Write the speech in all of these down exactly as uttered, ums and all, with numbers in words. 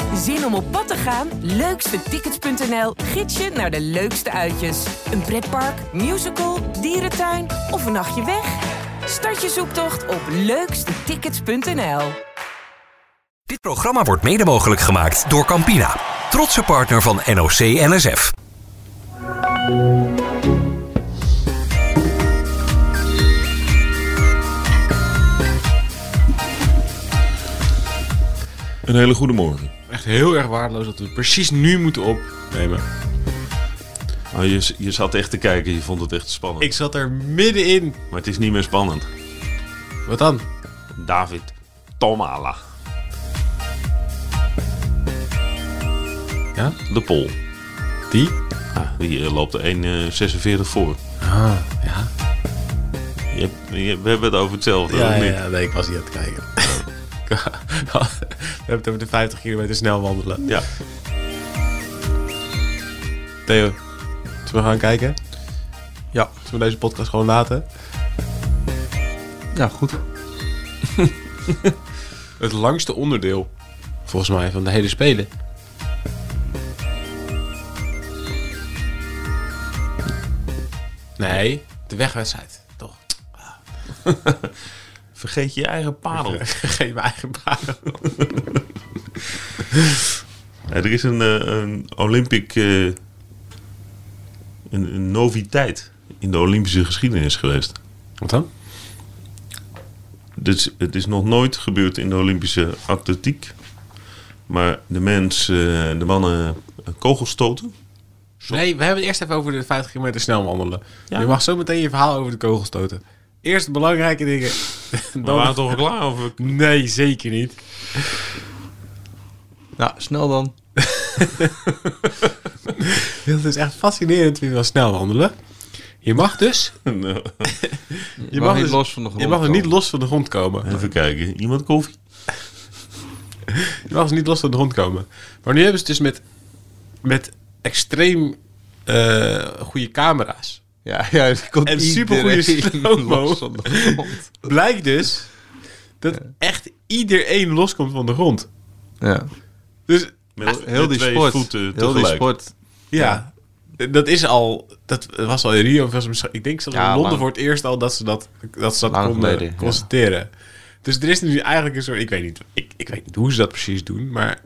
Zin om op pad te gaan? leukste tickets punt n l gids je naar de leukste uitjes. Een pretpark, musical, dierentuin of een nachtje weg? Start je zoektocht op leukste tickets punt n l. Dit programma wordt mede mogelijk gemaakt door Campina, trotse partner van N O C N S F. Een hele goede morgen. Echt heel erg waardeloos dat we precies nu moeten opnemen. Oh, je, je zat echt te kijken, je vond het echt spannend. Ik zat er middenin. Maar het is niet meer spannend. Wat dan? David Tomala. Ja? De Pol. Die? Ah, die loopt er één komma zesenveertig voor. Ah, ja. Je hebt, je, we hebben het over hetzelfde, Ja, of niet? ja, nee, ik was niet aan het kijken. We hebben het over de vijftig kilometer snel wandelen. Ja. Theo, zullen we gaan kijken? Ja. Zullen we deze podcast gewoon laten? Ja, goed. Het langste onderdeel, volgens mij, van de hele Spelen. Nee, de wegwedstrijd, toch? Vergeet je eigen parel. Vergeet mijn eigen parel. Ja, er is een, uh, een Olympic... Uh, een, een noviteit in de Olympische geschiedenis geweest. Wat dan? Dus het is nog nooit gebeurd in de Olympische atletiek. Maar de mens, uh, de mannen kogels stoten. Nee, we hebben het eerst even over de vijftig kilometer snel wandelen. Ja. Je mag zo meteen je verhaal over de kogels stoten. Eerst de belangrijke dingen. We waren toch al klaar? Of... Nee, zeker niet. Nou, snel dan. Het is echt fascinerend wie wel snel wandelen. Je mag dus... Nou, Je, Je mag, mag niet dus, los van de grond je mag er komen. niet los van de grond komen. even kijken. Iemand koffie? Je mag dus niet los van de grond komen. Maar nu hebben ze dus met, met extreem uh, goede camera's. Ja, ja, er komt En supergoeie iedereen slow-mo. los van de grond. Blijkt dus dat echt iedereen loskomt van de grond. Ja. Dus Met, Heel met die twee sport. voeten Heel tegelijk. die sport. ja, dat is al... Dat was al in Rio. Was misschien- ik denk zelfs Ja, in Londen lang. voor het eerst al dat ze dat, dat, ze dat Lang konden geleden, ja. constateren. Dus er is nu eigenlijk een soort... Ik weet niet, ik, ik weet niet hoe ze dat precies doen, maar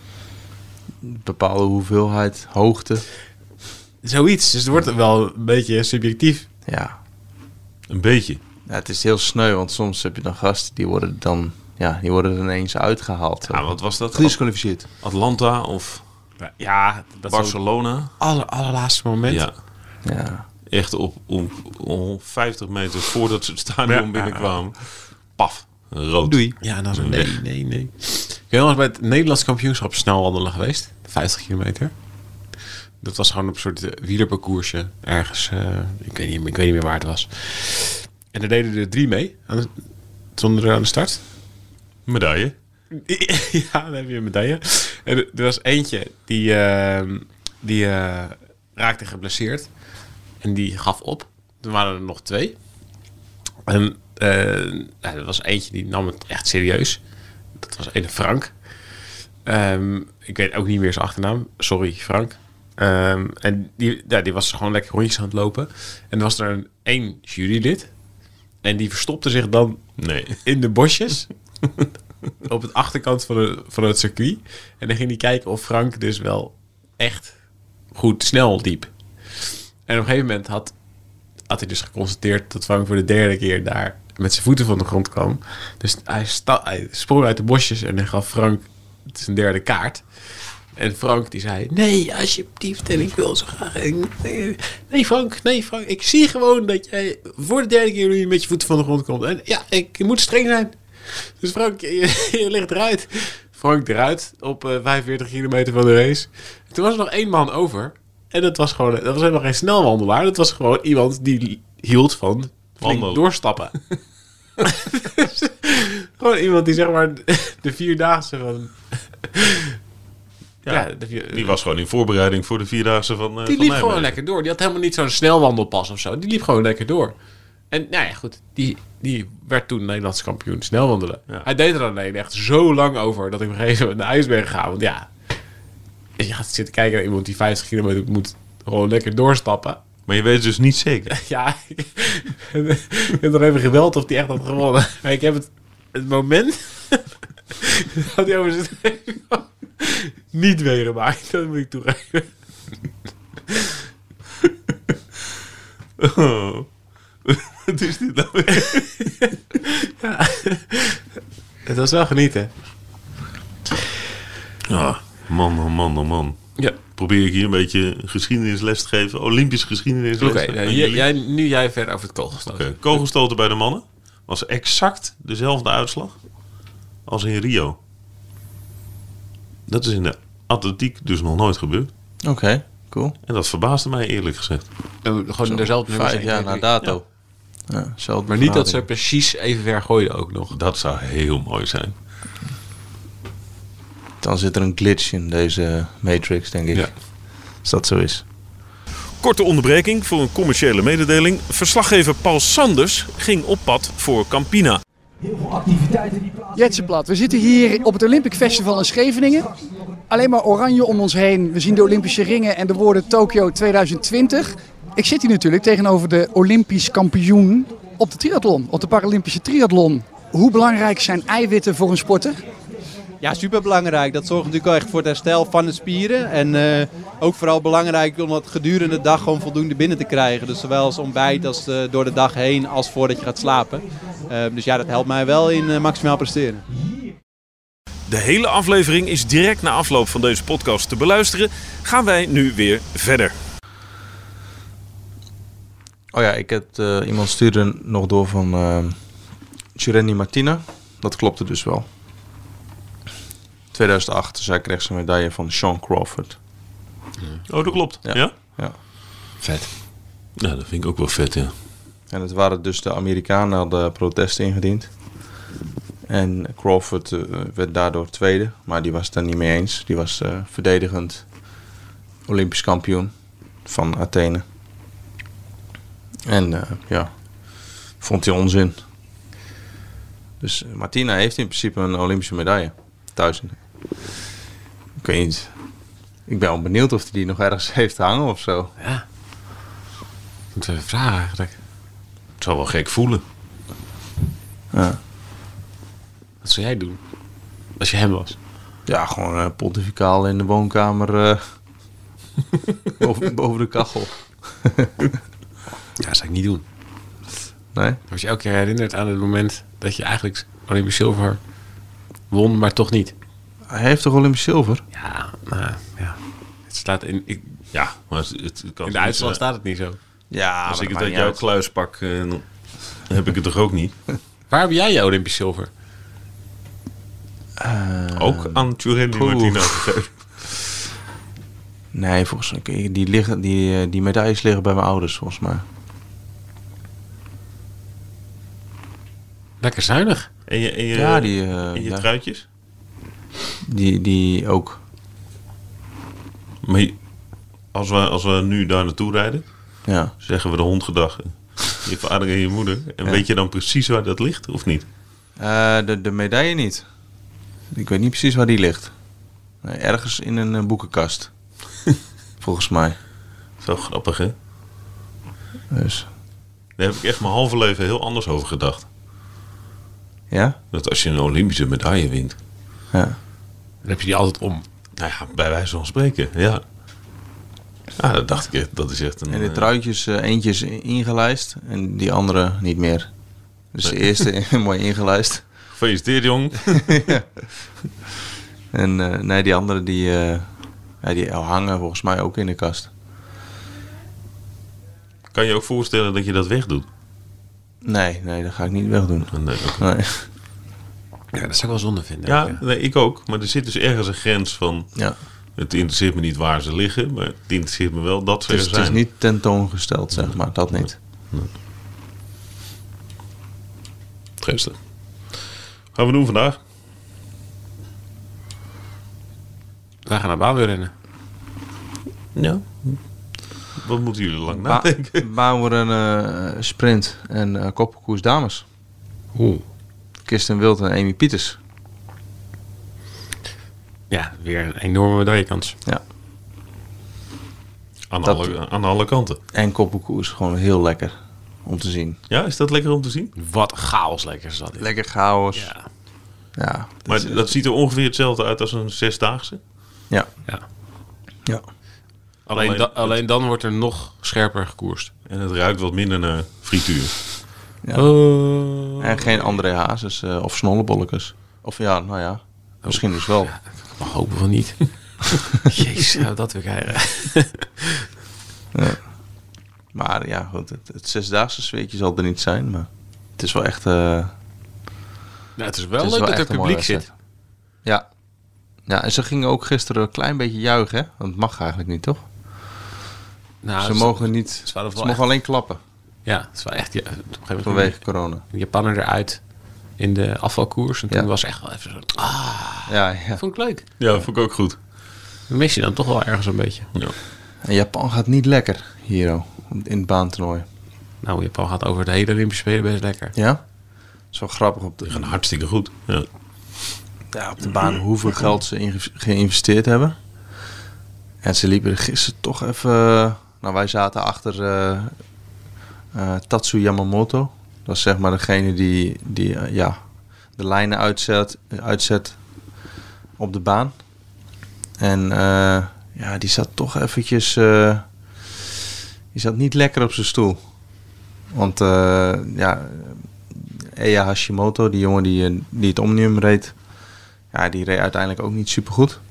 Bepaalde hoeveelheid, hoogte. zoiets. Dus het wordt wel een beetje subjectief. Ja. Een beetje. Ja, het is heel sneu, want soms heb je dan gasten die worden dan... Ja, die worden er ineens uitgehaald. Ja, wat was dat? Gedisqualificeerd. Atlanta of Ja, dat is Barcelona? het aller, allerlaatste moment. Ja. Ja. Echt op, op, op vijftig meter voordat ze het stadion Ja. binnenkwamen. Paf. Rood. Doei. Ja, en dan zo, nee, nee, nee. Ik ben wel eens bij het Nederlands kampioenschap snelwandelen geweest. vijftig kilometer. Dat was gewoon op een soort uh, wielerparcoursje. Ergens, uh, ik, weet niet, ik weet niet meer waar het was. En daar deden er drie mee. Aan de, zonder aan de start. Medaille. Ja, dan heb je een medaille. En er, er was eentje die, uh, die uh, raakte geblesseerd. En die gaf op. Toen waren er nog twee. En uh, nou, er was eentje die nam het echt serieus. Dat was ene Frank. Um, ik weet ook niet meer zijn achternaam. Sorry, Frank. Um, en die, ja, die was gewoon lekker rondjes aan het lopen. En er was er een één jurylid. En die verstopte zich dan Nee. in de bosjes. Op het achterkant van, de, van het circuit. En dan ging hij kijken of Frank dus wel echt goed snel liep. En op een gegeven moment had, had hij dus geconstateerd dat Frank voor de derde keer daar met zijn voeten van de grond kwam. Dus hij, sta, hij sprong uit de bosjes en hij gaf Frank zijn derde kaart. En Frank die zei, nee, alsjeblieft, en ik wil zo graag... Nee Frank, nee Frank, ik zie gewoon dat jij voor de derde keer nu met je voeten van de grond komt. En ja, ik moet streng zijn. Dus Frank, je, je ligt eruit. Frank eruit op uh, vijfenveertig kilometer van de race. Toen was er nog één man over. En dat was gewoon, dat was helemaal geen snelwandelaar. Dat was gewoon iemand die hield van flink Wandelen. doorstappen. Dus, gewoon iemand die zeg maar de vierdaagse van... Ja, Ja, de vier- die was gewoon in voorbereiding voor de Vierdaagse van uh, Die van liep gewoon Nijmegen. lekker door. Die had helemaal niet zo'n snelwandelpas of zo. Die liep gewoon lekker door. En nou ja, goed. Die, die werd toen Nederlands kampioen snelwandelen. Ja. Hij deed er alleen echt zo lang over dat ik op een gegeven moment naar huis ben gegaan. Want ja, je gaat zitten kijken naar iemand die vijftig kilometer moet gewoon lekker doorstappen. Maar je weet het dus niet zeker. Ja, ik heb nog even geweld of die echt had gewonnen. Maar ik heb het, het moment dat hij over zijn streep kwam, niet meegemaakt. Dat moet ik toegeven. Oh. Wat is dit nou weer? Ja. Het was wel genieten. Ah, man, oh man, oh man. Ja. Probeer ik hier een beetje geschiedenisles te geven. Olympische geschiedenisles. Oké, okay, jij, jij, nu jij verder over het kogelstoten. Okay. Kogelstoten bij de mannen was exact dezelfde uitslag als in Rio. Dat is in de atletiek dus nog nooit gebeurd. Oké, okay, cool. En dat verbaasde mij eerlijk gezegd. Uh, gewoon Zo, dezelfde nummers. Vijf jaar na dato. Ja. Ja, maar niet dat ze precies even ver gooiden ook nog. Dat zou heel mooi zijn. Dan zit er een glitch in deze Matrix, denk ik. Ja. Als dat zo is. Korte onderbreking voor een commerciële mededeling. Verslaggever Paul Sanders ging op pad voor Campina. Heel veel activiteiten die plaatsen. Jetsenplat. We zitten hier op het Olympic Festival in Scheveningen. Alleen maar oranje om ons heen. We zien de Olympische ringen en de woorden Tokio twintig twintig. Ik zit hier natuurlijk tegenover de Olympisch kampioen op de triathlon, op de Paralympische triathlon. Hoe belangrijk zijn eiwitten voor een sporter? Ja, superbelangrijk. Dat zorgt natuurlijk wel echt voor het herstel van de spieren. En uh, ook vooral belangrijk om dat gedurende de dag gewoon voldoende binnen te krijgen. Dus zowel als ontbijt als uh, door de dag heen als voordat je gaat slapen. Uh, dus ja, dat helpt mij wel in uh, maximaal presteren. De hele aflevering is direct na afloop van deze podcast te beluisteren. Gaan wij nu weer verder. Oh ja, ik heb uh, iemand stuurde nog door van uh, Tjurendi Martina. Dat klopte dus wel. tweeduizend acht, zij kreeg ze een medaille van Sean Crawford. Oh, dat klopt. Ja? Ja? Ja. Vet. Ja, dat vind ik ook wel vet, ja. En het waren dus de Amerikanen hadden protesten ingediend. En Crawford uh, werd daardoor tweede, maar die was het daar niet mee eens. Die was uh, verdedigend Olympisch kampioen van Athene. En uh, ja, vond hij onzin. Dus uh, Martina heeft in principe een Olympische medaille. Thuis. Ik weet niet. Ik ben wel benieuwd of hij die nog ergens heeft hangen of zo. Ja. Moeten we even vragen eigenlijk. Het zou wel gek voelen. Ja. Wat zou jij doen? Als je hem was? Ja, gewoon uh, pontificaal in de woonkamer. Uh, boven, boven de kachel. Ja, dat zou ik niet doen. Nee? Word je elke keer herinnerd aan het moment dat je eigenlijk Olympisch zilver won, maar toch niet. Hij heeft toch Olympisch zilver? Ja, nou ja. Het staat in... Ik, ja, maar het, het kan in de uitslag staat het niet zo. Ja, als ik het uit jouw kluis pak, uh, dan heb ik het toch ook niet. Waar heb jij je Olympisch zilver? Uh, ook aan Tjurendi Martina gegeven. Nee, volgens mij die, liggen, die, die medailles liggen bij mijn ouders, volgens mij. Lekker zuinig. En je, en je, ja, die, uh, en je ja. truitjes? Die, die ook. Maar je, als, we, als we nu daar naartoe rijden, ja. zeggen we de hondgedag. Je vader en je moeder. En ja. weet je dan precies waar dat ligt, of niet? Uh, de, de medaille niet. Ik weet niet precies waar die ligt. Nee, ergens in een uh, boekenkast. Volgens mij. Zo grappig, hè? Dus. Daar heb ik echt mijn halve leven heel anders over gedacht. Ja? Dat als je een Olympische medaille wint. Ja. Dan heb je die altijd om. Nou ja, bij wijze van spreken, ja. Ja, dat dacht ik echt. Dat is echt een... En de truitjes, uh, eentje is ingelijst en die andere niet meer. Dus nee. De eerste mooi ingelijst. Gefeliciteerd, jong. Ja. En uh, nee, die andere die, uh, ja, die hangen volgens mij ook in de kast. Kan je ook voorstellen dat je dat wegdoet? Nee, nee, dat ga ik niet wegdoen. Nee, okay. Nee. Ja, dat zou ik wel zonde vinden. Ja, ja. Nee, ik ook. Maar er zit dus ergens een grens van... Ja. Het interesseert me niet waar ze liggen, maar het interesseert me wel dat ze het is, er zijn. Het is niet tentoongesteld, zeg maar. Dat niet. Nee. Geestig. Gaan we doen vandaag? Wij gaan naar baanwielrennen. Ja. Wat moeten jullie lang Ba- nadenken? bouwen we een uh, sprint en uh, koppelkoers dames. Oeh. Kirsten Wild en Amy Pieters. Ja, weer een enorme medaillekans. Ja. Aan, Dat- alle, aan alle kanten. En koppelkoers, gewoon heel lekker om te zien. Ja, is dat lekker om te zien? Wat chaos lekker is dat. Lekker chaos. Ja. Ja. Maar dat ziet er ongeveer hetzelfde uit als een zesdaagse. Ja. ja. Ja. Alleen, Alleen- da- alleen dan wordt er nog scherper gekoerst. En het ruikt wat minder naar frituur. Ja. Oh. En geen André Hazes uh, of snollebolletjes. Of ja, nou ja. Misschien dus wel. Ja, ik mag hopen van niet. Jezus, zou dat weer krijgen. Ja. Maar ja, goed, het, het zesdaagse sfeertje zal er niet zijn. Maar het is wel echt... Uh, Nou, het is wel het is leuk wel dat er echt een mooie publiek zit. wedstrijd. Ja. Ja, en ze gingen ook gisteren een klein beetje juichen, hè? Want het mag eigenlijk niet, toch? Nou, ze het- mogen niet... het waren Ze wel mogen echt- alleen klappen Ja, het is wel echt... Ja, op een gegeven moment vanwege corona. de Japaner eruit in de afvalkoers. En toen Ja. was echt wel even zo... Ah, Ja, ja. vond ik leuk. Ja, dat vond ik ook goed. Dan mis je dan toch wel ergens een beetje. Ja. En Japan gaat niet lekker, hier in het baantoernooi. Nou, Japan gaat over de hele Olympische Spelen best lekker. Ja? Zo grappig op de, Die gaan hartstikke goed. Ja. ja, op de baan hoeveel geld ze inge- geïnvesteerd hebben. En ze liepen er gisteren toch even... Nou, wij zaten achter uh, uh, Tatsu Yamamoto. Dat is zeg maar degene die, die uh, ja, de lijnen uitzet, uitzet op de baan. En uh, ja, die zat toch eventjes... Uh, die zat niet lekker op zijn stoel. Want uh, ja, Eya Hashimoto, die jongen die, die het Omnium reed... Ja, die reed uiteindelijk ook niet super goed.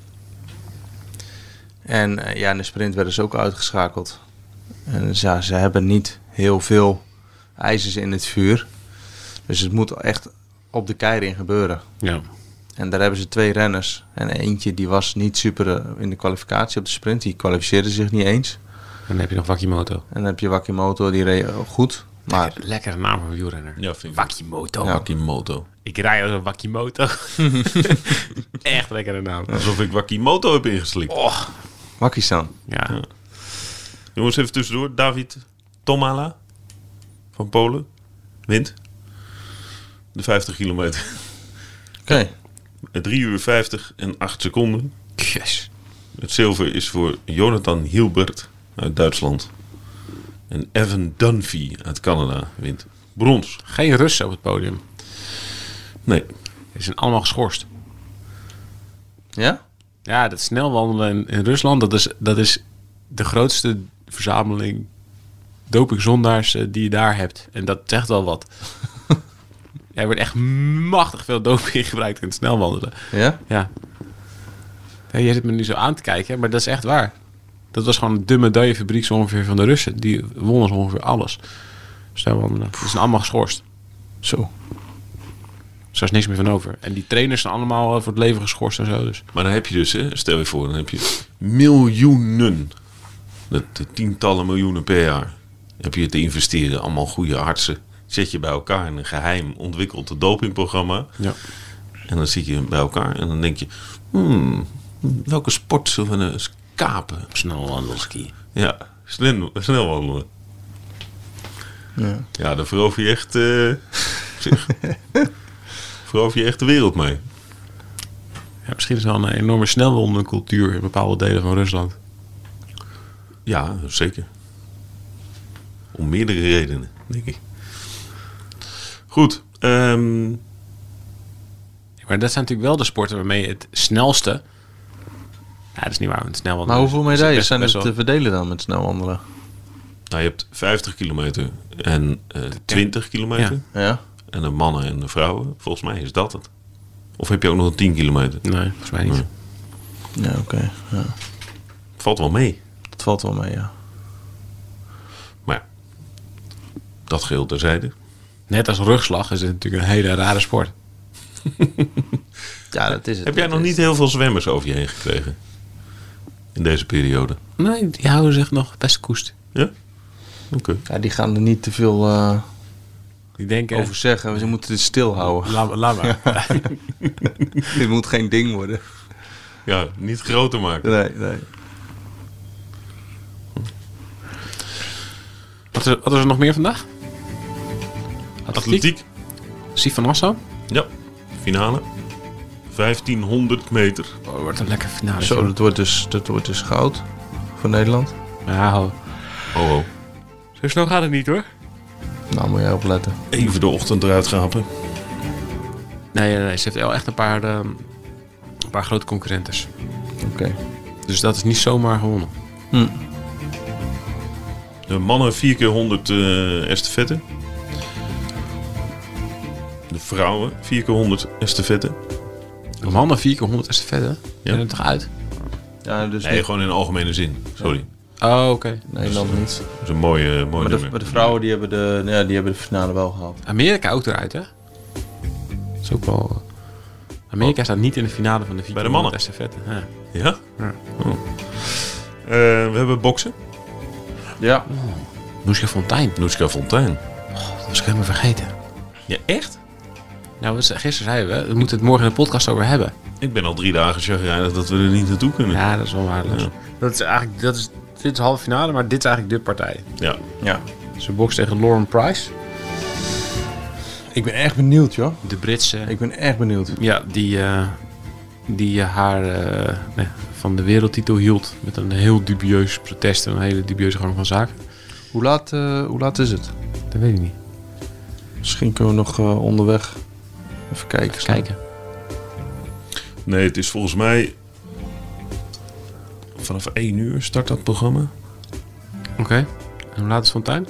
En uh, ja, in de sprint werden ze ook uitgeschakeld. En dus ja, ze hebben niet heel veel ijzers in het vuur. Dus het moet echt op de keiring gebeuren. Ja. En daar hebben ze twee renners. En eentje die was niet super uh, in de kwalificatie op de sprint. Die kwalificeerde zich niet eens. En dan heb je nog Wakimoto. En dan heb je Wakimoto, die reed ook goed. Maar Lekker, lekkere naam voor een wielrenner. Ja, vind ik. Wakimoto. Ja. Wakimoto. Ik rij als een Wakimoto. Echt lekkere naam. Alsof ik Wakimoto heb ingeslikt. Oh. Wakkie-san. Ja. Ja. Jongens, even tussendoor. David Tomala van Polen wint de vijftig kilometer. Oké. Okay. drie uur vijftig en acht seconden. Yes. Het zilver is voor Jonathan Hilbert uit Duitsland. En Evan Dunphy uit Canada wint brons. Geen Russen op het podium. Nee. Die zijn allemaal geschorst. Ja? Ja, dat snelwandelen in, in Rusland, dat is, dat is de grootste verzameling dopingzondaars uh, die je daar hebt. En dat zegt wel wat. Ja, er wordt echt machtig veel doping gebruikt in het snelwandelen. Ja? Ja. Ja, jij zit me nu zo aan te kijken, maar dat is echt waar. Dat was gewoon de medaillefabriek zo ongeveer van de Russen. Die wonnen zo ongeveer alles. Snelwandelen. Die zijn allemaal geschorst. Zo. Dus er is niks meer van over. En die trainers zijn allemaal uh, voor het leven geschorst en zo. Dus. Maar dan heb je dus, hè, stel je voor, dan heb je miljoenen. De, de tientallen miljoenen per jaar. Heb je te investeren. Allemaal goede artsen. Zet je bij elkaar in een geheim ontwikkeld dopingprogramma. Ja. En dan zit je bij elkaar en dan denk je... Hmm, welke sport zullen we eens kapen? Snelwandelski. Ja, snel, snel wandelen. Ja. Ja, daar verover je echt... Uh, zeg, verover je echt de wereld mee. Ja, misschien is het wel een enorme snelwandelcultuur in bepaalde delen van Rusland. Ja, zeker. Om meerdere redenen, denk ik. Goed. Um, Ja, maar dat zijn natuurlijk wel de sporten waarmee het snelste... Ja, dat is niet waar. Het snelwandelen Maar hoeveel is- is medailles best- zijn er best wel- te verdelen dan met snelwandelen? nou, je hebt vijftig kilometer en uh, twintig kilometer. Ja? En de mannen en de vrouwen. Volgens mij is dat het. Of heb je ook nog een tien kilometer? Nee, volgens mij niet. Nee. Ja, oké. Okay. Ja. Valt wel mee. Dat valt wel mee, ja. Maar ja, dat geheel terzijde. Net als rugslag is het natuurlijk een hele rare sport. Ja, dat is het. Heb jij Dat nog is- niet heel veel zwemmers over je heen gekregen? In deze periode? Nee, die houden zich nog best koest. Ja? Oké. Ja, die gaan er niet te veel uh, Die denken... over zeggen. Ze moeten het stilhouden. Laat, laat maar. Dit moet geen ding worden. Ja, niet groter maken. Nee, nee. Wat is, wat is er nog meer vandaag? Atletiek. Sief van Assen. Ja, finale. vijftienhonderd meter. Oh, dat wordt een lekker finale. Zo, dat wordt, dus, dat wordt dus goud voor Nederland. Ja, ho. Oh, oh. Zo snel gaat het niet hoor. Nou, moet jij opletten. Even de ochtend eruit gapen. Nee, nee, nee, ze heeft wel echt een paar, uh, een paar grote concurrentes. Oké. Okay. Dus dat is niet zomaar gewonnen. Hm. De mannen vier keer honderd uh, estafette. De vrouwen vier keer honderd estafette. De mannen vier keer honderd estafette? Ja. Ben er toch uit? Ja, dus nee, niet... gewoon in de algemene zin. Sorry. Oh, oké. Okay. Nee, dan niet. Dat is een mooie, mooie maar, de, nummer. maar de vrouwen die hebben de, ja, die hebben de finale wel gehaald. Amerika ook eruit, hè? Dat is ook wel... Amerika oh. staat niet in de finale van de vier bij de mannen estafette. Ja? Ja? ja. Oh. Uh, we hebben boksen. Ja. Oh. Noeska Fontijn. Noeska Fontijn. Oh, dat was ik helemaal vergeten. Ja, echt? Nou, gisteren zeiden we, we moeten het morgen in de podcast over hebben. Ik ben al drie dagen chagrijnig dat we er niet naartoe kunnen. Ja, dat is wel waardeloos. Ja. Dat is eigenlijk, dat is, dit is de halve finale, maar dit is eigenlijk de partij. Ja. Ja. Ze bokst tegen Lauren Price. Ik ben echt benieuwd, joh. De Britse. Ik ben echt benieuwd. Ja, die, uh, die uh, haar uh, nee, van de wereldtitel hield met een heel dubieus protest en een hele dubieuze gang van zaken. Hoe laat, uh, hoe laat is het? Dat weet ik niet. Misschien kunnen we nog uh, onderweg even kijken. Even kijken. Nee, het is volgens mij vanaf één uur start dat programma. Oké. Okay. En hoe laat is Fontijn?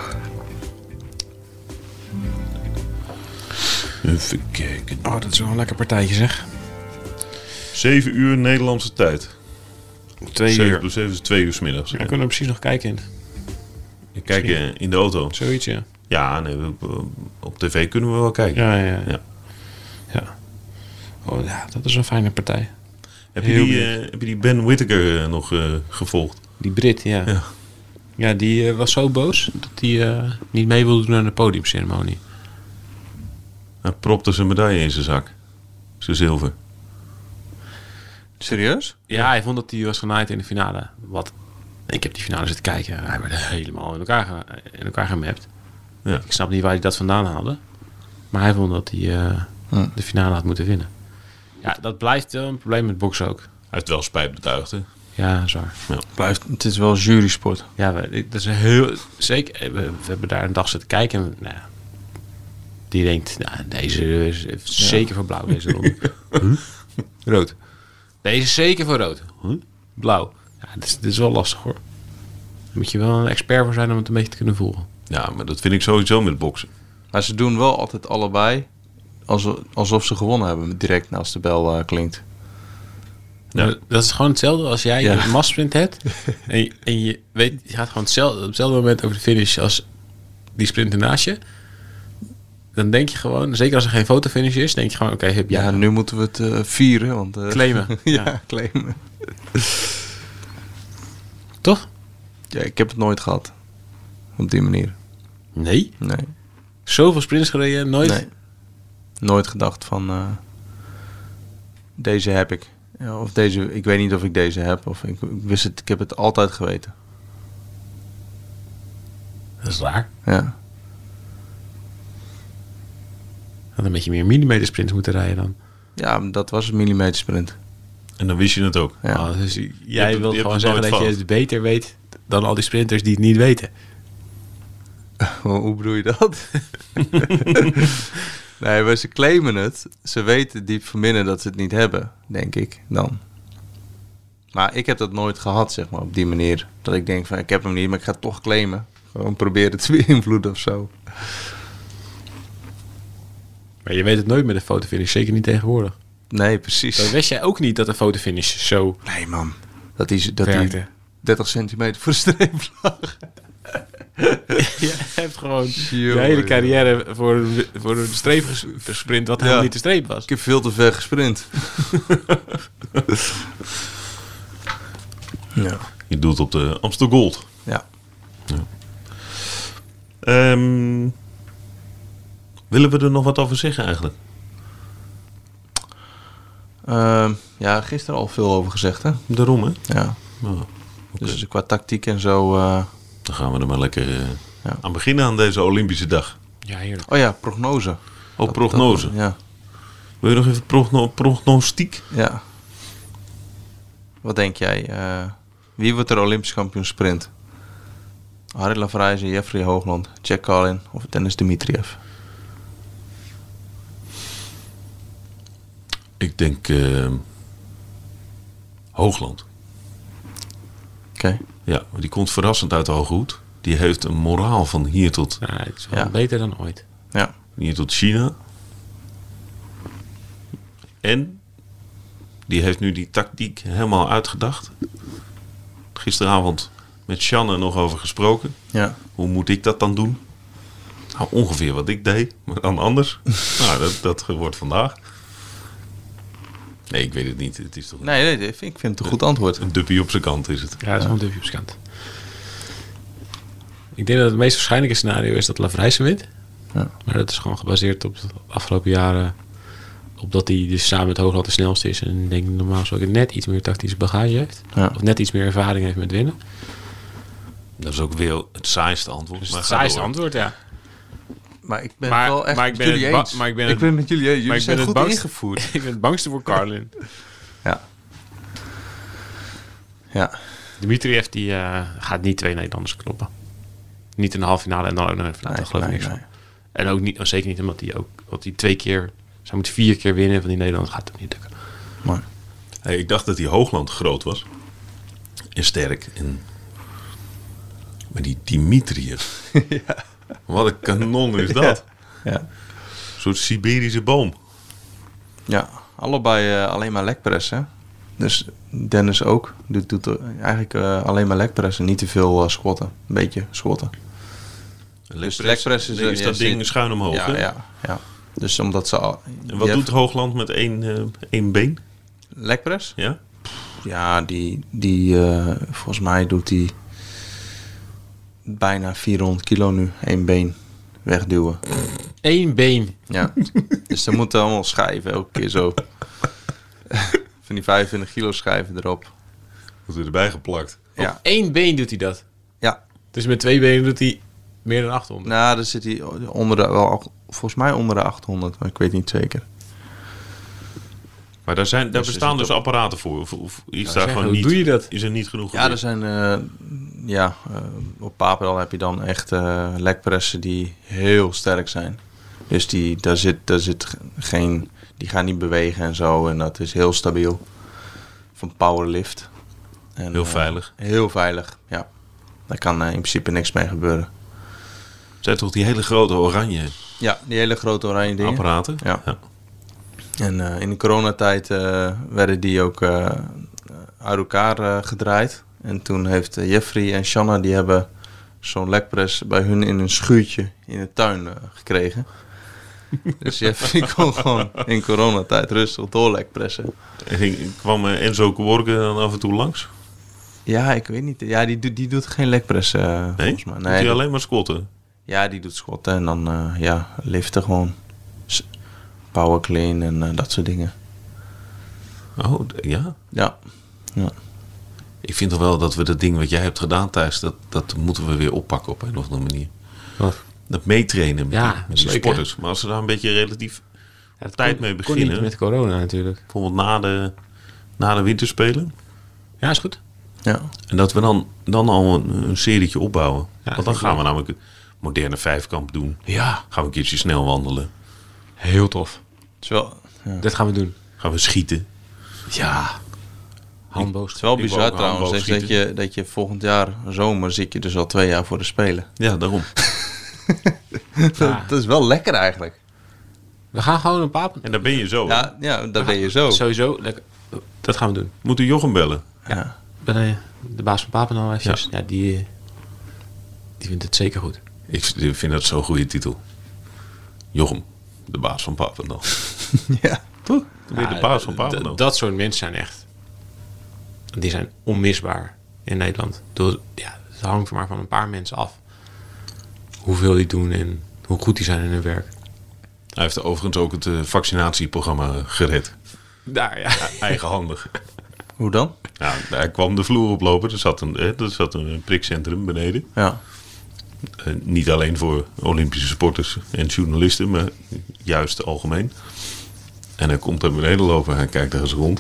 Even kijken. Oh, dat is wel een lekker partijtje, zeg. zeven uur Nederlandse tijd. Twee uur. plus zeven is twee uur 's middags. Ja, we kunnen er precies nog kijken in. Je kijkt in de auto. Zoiets, ja. Ja, nee, op tv kunnen we wel kijken. Ja, ja, ja. ja. ja. Oh ja, dat is een fijne partij. Heb je, die, uh, heb je die Ben Whittaker uh, nog uh, gevolgd? Die Brit, ja. Ja, ja die uh, was zo boos dat hij uh, niet mee wilde doen aan de podiumceremonie. Hij propte zijn medaille in zijn zak. Zijn zilver. Serieus? Ja, hij vond dat hij was genaaid in de finale. Wat? Ik heb die finale zitten kijken. Hij werd helemaal in elkaar, ge- in elkaar gemapt. Ja. Ik snap niet waar hij dat vandaan haalde. Maar hij vond dat hij uh, hm. de finale had moeten winnen. Ja, dat blijft wel een probleem met boksen ook. Hij heeft wel spijt betuigd, hè? Ja, zwaar. Ja. Blijft, het is wel jurysport. Ja, we, dat is een heel... Zeker, we, we hebben daar een dag zitten kijken. En, nou, die denkt, nou, deze is ja. zeker voor blauw, deze ronde. huh? Rood. Deze is zeker voor rood. Huh? Blauw. Ja, dit is, dit is wel lastig, hoor. Daar moet je wel een expert voor zijn om het een beetje te kunnen volgen. Ja, maar dat vind ik sowieso met boksen. Maar ze doen wel altijd allebei alsof, alsof ze gewonnen hebben, direct als de bel uh, klinkt. Ja. Dat is gewoon hetzelfde als jij ja. een massprint hebt. en, je, en je weet, je gaat gewoon hetzelfde, op hetzelfde moment over de finish als die sprint ernaast je. Dan denk je gewoon, zeker als er geen fotofinish is, denk je gewoon, oké, okay, heb jij. Ja, nu moeten we het uh, vieren. Want, uh, claimen. ja, ja, claimen. Toch? Ja, ik heb het nooit gehad. Op die manier. Nee? Nee. Zoveel sprints gereden, nooit? Nee. Nooit gedacht van, uh, deze heb ik. Ja, of deze, ik weet niet of ik deze heb. Of ik, ik wist het, ik heb het altijd geweten. Dat is raar. Ja. Had een beetje meer millimetersprints moeten rijden dan. Ja, dat was een millimetersprint. En dan wist je het ook. Ja. Oh, dus jij wilt gewoon zeggen dat je het beter weet dan al die sprinters die het niet weten. Hoe bedoel je dat? Nee, maar ze claimen het. Ze weten diep van binnen dat ze het niet hebben, denk ik dan. Maar ik heb dat nooit gehad, zeg maar, op die manier. Dat ik denk van, ik heb hem niet, maar ik ga het toch claimen. Gewoon proberen te beïnvloeden of zo. Maar je weet het nooit met een fotofinish, zeker niet tegenwoordig. Nee, precies. Dan wist jij ook niet dat een fotofinish zo Nee, man. Dat die, dat die dertig centimeter voor de streep lag. Je hebt gewoon je hele carrière voor, voor een streep gesprint wat helemaal ja. niet de streep was. Ik heb veel te ver gesprint. Ja. Je doelt op de Amstel Gold. Ja. ja. Um, willen we er nog wat over zeggen eigenlijk? Uh, ja, gisteren al veel over gezegd, hè? Daarom, hè? Ja. Oh, okay. Dus qua tactiek en zo... Uh, dan gaan we er maar lekker uh, Ja. Aan beginnen aan deze Olympische dag. Ja, heerlijk. Oh ja, prognose. Oh, Dat- prognose. dat- ja. Wil je nog even progno- prognostiek? ja. Wat denk jij? eh, wie wordt er Olympisch kampioen sprint? Harry Lavrijzen, Jeffrey Hoogland, Jack Carlin of Dennis Dimitriev? Ik denk uh, Hoogland. Oké. Okay. Ja, die komt verrassend uit de Hoge Hoed. Die heeft een moraal van hier tot, Ja, het is wel Ja. beter dan ooit. Ja. hier tot China. En die heeft nu die tactiek helemaal uitgedacht. Gisteravond met Sjanne nog over gesproken. Ja. Hoe moet ik dat dan doen? Nou, ongeveer wat ik deed, maar dan anders. nou, dat, dat wordt vandaag. Nee, ik weet het niet. Het is toch Nee, nee, ik vind ik vind het een goed antwoord. een duppie op zijn kant is het. Ja, dat is wel een dupje op zijn kant. Ik denk dat het meest waarschijnlijke scenario is dat Lavrijsen wint. Ja. Maar dat is gewoon gebaseerd op de afgelopen jaren. Op dat hij dus samen met Hoogland de snelste is. En ik denk normaal gesproken net iets meer tactische bagage heeft. Ja. Of net iets meer ervaring heeft met winnen. Dat is ook weer het saaiste antwoord. Dus maar het ga saaiste door. antwoord, ja. Maar ik ben Maar- wel echt maar ik met ben jullie het ba- eens. maar ik ben ik het- ben met jullie eens. Jullie Maar ik zijn ben goed het bangst- ingevoerd. Ik ben het bangste voor Carlin. Ja. Ja. Dimitriev die uh, gaat niet twee Nederlanders knoppen. Niet in de halve finale en dan ook nog in de finale. Nee, Daar geloof ik nee, niks nee. van. En ook niet, zeker niet omdat hij ook omdat hij twee keer, zij moet vier keer winnen van die Nederlanders, gaat het niet lukken. Maar, Hey, ik dacht dat die Hoogland groot was. En sterk. En... Maar die Dimitriev. ja. Wat een kanon is dat. ja. Een soort Siberische boom. Ja, allebei uh, alleen maar lekpressen. Dus Dennis ook. Doet, doet uh, eigenlijk uh, alleen maar lekpressen. Niet te veel uh, squatten. Een beetje squatten. Dus lekpress is, is uh, dat ja, ding zit- schuin omhoog. Ja, hè? ja, ja. Dus omdat ze al... En wat Jeff- doet Hoogland met één, uh, één been? Lekpress? Ja? Ja, die, die uh, volgens mij doet hij bijna vierhonderd kilo nu. Eén been wegduwen. Eén been. Ja. Dus dan moeten allemaal schijven elke keer zo. Van die vijfentwintig kilo schijven erop. Wordt erbij geplakt. Ja. Eén been doet hij dat. Ja. Dus met twee benen doet hij meer dan achthonderd. Nou, dan zit hij onder de, wel, volgens mij onder de achthonderd, maar ik weet niet zeker. Maar daar, zijn, daar Dus is bestaan het dus ook- apparaten voor. Of, of is Ja, daar zeg, gewoon hoe niet, doe je dat? Is er niet genoeg Ja, gebeurd? er zijn, uh, ja, uh, op Papendal heb je dan echt uh, lekpressen die heel sterk zijn. Dus die, daar zit, daar zit geen, die gaan niet bewegen en zo. En dat is heel stabiel. Van powerlift. En, Heel uh, veilig. Heel veilig, ja. Daar kan uh, in principe niks mee gebeuren. Zijn toch die hele grote oranje Ja, die hele grote oranje dingen. apparaten? Ja. En uh, in de coronatijd uh, werden die ook uh, uit elkaar uh, gedraaid. En toen heeft uh, Jeffrey en Shanna, die hebben zo'n lekpress bij hun in een schuurtje in de tuin uh, gekregen. Dus Jeffrey kon gewoon in coronatijd rustig doorlekpressen. En ging, kwam uh, Enzo Kworke dan af en toe langs? Ja, ik weet niet. Ja, die, doet- die doet geen lekpress uh, Nee? volgens mij. Doet Nee, hij die- alleen maar squatten? ja, die doet squatten en dan uh, ja, liften gewoon. S- Power clean en uh, dat soort dingen. Oh, d- ja? Ja. Ja. Ik vind toch wel dat we dat ding wat jij hebt gedaan thuis, dat, dat moeten we weer oppakken op een of andere manier. Wat? Dat meetrainen met, Ja, die, met dat is die leuk, sporters. Maar als ze daar een beetje relatief Ja, dat tijd kon- mee kon beginnen. niet met corona natuurlijk. bijvoorbeeld na de, na de winterspelen. Ja, is goed. Ja. En dat we dan, dan al een, een serietje opbouwen. Ja, Want dan vind ik gaan we leuk. namelijk een moderne vijfkamp doen. Ja. Gaan we een keertje snel wandelen. Heel tof. Het is wel, ja. Dat gaan we doen. Gaan we schieten. Ja. Handboog. Het is wel Ik bizar wou ook trouwens, handboog is dat, je, dat je volgend jaar zomer zit je dus al twee jaar voor de Spelen. Ja, daarom. Ja. Dat is wel lekker eigenlijk. We gaan gewoon een papen. En daar ben je zo. hè? Ja, ja dat ben je zo. Sowieso. Lekker. Dat gaan we doen. Moet u Jochem bellen? Ja. Ben je de baas van Papendal eventjes? Ja, die, eh, die vindt het zeker goed. Ik vind dat zo'n goede titel. Jochem, de baas van Papendal. Ja. Toch? Dan ben je de Ja, baas van d- Papendal. Dat soort mensen zijn echt... Die zijn onmisbaar in Nederland. Door, ja, het hangt maar van een paar mensen af. Hoeveel die doen en hoe goed die zijn in hun werk. Hij heeft overigens ook het eh, vaccinatieprogramma gered. Daar, ja. Eigenhandig. Hoe dan? Ja, hij kwam de vloer oplopen. Er zat een, eh, er zat een prikcentrum beneden. Ja. Uh, niet alleen voor Olympische sporters en journalisten, maar juist algemeen. En hij komt daar beneden lopen en hij kijkt daar eens rond.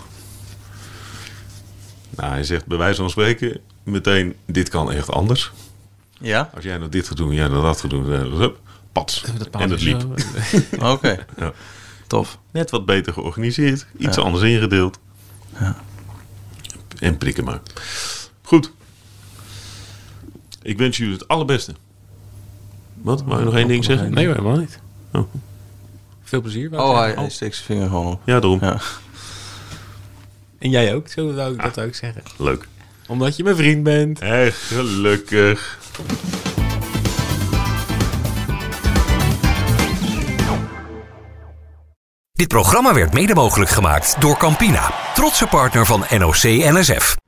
Nou, hij zegt bij wijze van spreken meteen, dit kan echt anders. Ja? Als jij nou dit gaat doen, jij nou dat gaat doen, dan hup, pats. En het liep. Oké, okay. Ja. Tof. Net wat beter georganiseerd, iets Ja. anders ingedeeld. Ja. En prikken maar. Goed. Ik wens jullie het allerbeste. Wat? Wou je nog één ding zeggen? Nee, helemaal niet. Oh. Veel plezier. Wouter. Oh, hij, hij steekt zijn vinger gewoon op. Ja, daarom. Ja. En jij ook, zo zou ik dat ook zeggen. Leuk. Omdat je mijn vriend bent. Echt gelukkig. Dit programma werd mede mogelijk gemaakt door Campina, trotse partner van N O C N S F.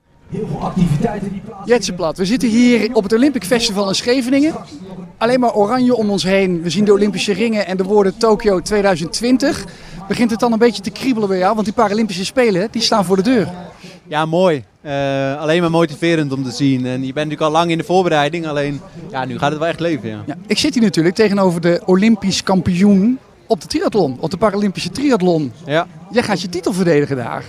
Jetsenplat, we zitten hier op het Olympic Festival in Scheveningen. Alleen maar oranje om ons heen. We zien de Olympische ringen en de woorden Tokio twintig twintig. Begint het dan een beetje te kriebelen bij jou? Want die Paralympische Spelen, die staan voor de deur. Ja, mooi. Uh, alleen maar motiverend om te zien. En je bent natuurlijk al lang in de voorbereiding, alleen ja, nu gaat het wel echt leven. Ja. Ja, ik zit hier natuurlijk tegenover de Olympisch kampioen op de triathlon, op de Paralympische triathlon. Ja. Jij gaat je titel verdedigen daar.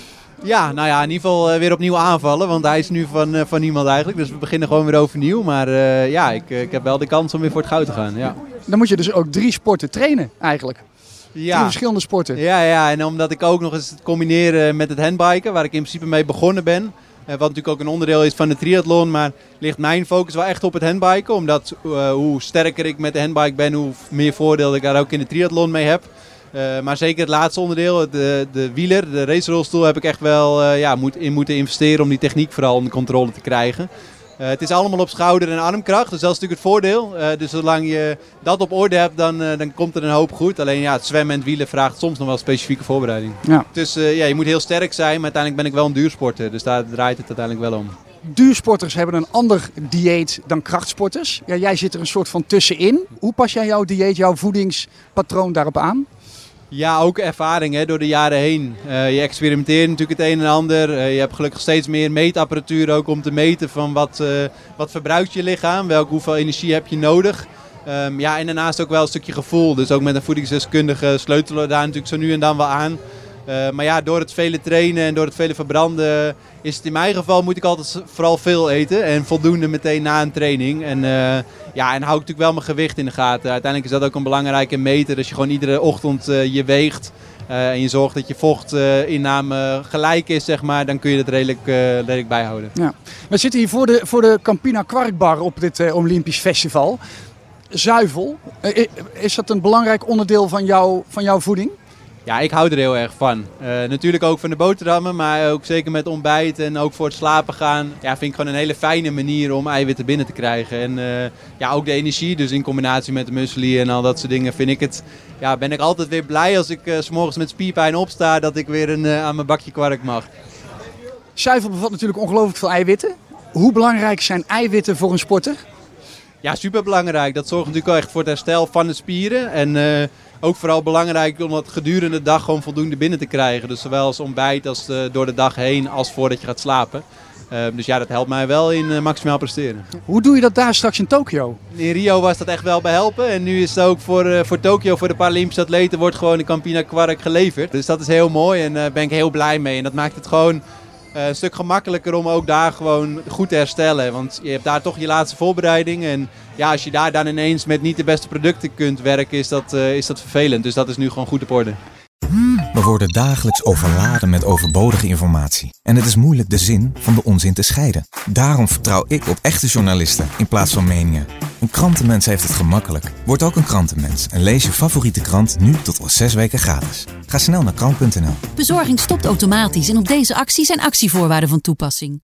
Ja, nou ja, in ieder geval uh, weer opnieuw aanvallen, want hij is nu van, uh, van niemand eigenlijk. Dus we beginnen gewoon weer overnieuw. Maar uh, ja, ik, uh, ik heb wel de kans om weer voor het goud te gaan. Ja. Dan moet je dus ook drie sporten trainen eigenlijk. Ja. Drie verschillende sporten. Ja, ja, en omdat ik ook nog eens het combineren met het handbiken, waar ik in principe mee begonnen ben. Uh, wat natuurlijk ook een onderdeel is van de triathlon, maar ligt mijn focus wel echt op het handbiken. Omdat uh, hoe sterker ik met de handbike ben, hoe meer voordeel ik daar ook in de triathlon mee heb. Uh, maar zeker het laatste onderdeel, de, de wieler, de racerolstoel, heb ik echt wel uh, ja, moet, in moeten investeren om die techniek vooral onder controle te krijgen. Uh, het is allemaal op schouder- en armkracht, dus dat is natuurlijk het voordeel. Uh, dus zolang je dat op orde hebt, dan, uh, dan komt er een hoop goed. Alleen ja, het zwemmen en het wielen vraagt soms nog wel specifieke voorbereiding. Ja. Dus uh, ja, je moet heel sterk zijn, maar uiteindelijk ben ik wel een duursporter. Dus daar draait het uiteindelijk wel om. Duursporters hebben een ander dieet dan krachtsporters. Ja, jij zit er een soort van tussenin. Hoe pas jij jouw dieet, jouw voedingspatroon daarop aan? Ja, ook ervaring hè, door de jaren heen. Uh, je experimenteert natuurlijk het een en ander. Uh, je hebt gelukkig steeds meer meetapparatuur ook om te meten van wat, uh, wat verbruikt je lichaam, welke hoeveel energie heb je nodig. Um, ja, en daarnaast ook wel een stukje gevoel. Dus ook met een voedingsdeskundige sleutelen we daar natuurlijk zo nu en dan wel aan. Uh, maar ja, door het vele trainen en door het vele verbranden is het in mijn geval moet ik altijd vooral veel eten en voldoende meteen na een training. En, uh, ja, en hou ik natuurlijk wel mijn gewicht in de gaten. Uiteindelijk is dat ook een belangrijke meter. Als je gewoon iedere ochtend uh, je weegt uh, en je zorgt dat je vochtinname uh, gelijk is, zeg maar, dan kun je dat redelijk, uh, redelijk bijhouden. Ja. We zitten hier voor de, voor de Campina Kwarkbar op dit uh, Olympisch Festival. Zuivel, uh, is dat een belangrijk onderdeel van, jou, van jouw voeding? Ja, ik hou er heel erg van. Uh, natuurlijk ook van de boterhammen, maar ook zeker met ontbijt en ook voor het slapen gaan. Ja, vind ik gewoon een hele fijne manier om eiwitten binnen te krijgen. En uh, ja, ook de energie, dus in combinatie met de muesli en al dat soort dingen, vind ik het. Ja, ben ik altijd weer blij als ik uh, 's morgens met spierpijn opsta dat ik weer een, uh, aan mijn bakje kwark mag. Zuivel bevat natuurlijk ongelooflijk veel eiwitten. Hoe belangrijk zijn eiwitten voor een sporter? Ja, superbelangrijk. Dat zorgt natuurlijk wel echt voor het herstel van de spieren. En uh, ook vooral belangrijk om dat gedurende de dag gewoon voldoende binnen te krijgen. Dus zowel als ontbijt als de, door de dag heen als voordat je gaat slapen. Uh, dus ja, dat helpt mij wel in uh, maximaal presteren. Hoe doe je dat daar straks in Tokio? In Rio was dat echt wel behelpen. En nu is het ook voor, uh, voor Tokio, voor de Paralympische atleten, wordt gewoon de Campina Kwark geleverd. Dus dat is heel mooi en daar uh, ben ik heel blij mee. En dat maakt het gewoon uh, een stuk gemakkelijker om ook daar gewoon goed te herstellen. Want je hebt daar toch je laatste voorbereiding. En ja, als je daar dan ineens met niet de beste producten kunt werken, is dat, uh, is dat vervelend. Dus dat is nu gewoon goed op orde. We worden dagelijks overladen met overbodige informatie. En het is moeilijk de zin van de onzin te scheiden. Daarom vertrouw ik op echte journalisten in plaats van meningen. Een krantenmens heeft het gemakkelijk. Word ook een krantenmens en lees je favoriete krant nu tot al zes weken gratis. Ga snel naar krant punt n l. Bezorging stopt automatisch en op deze actie zijn actievoorwaarden van toepassing.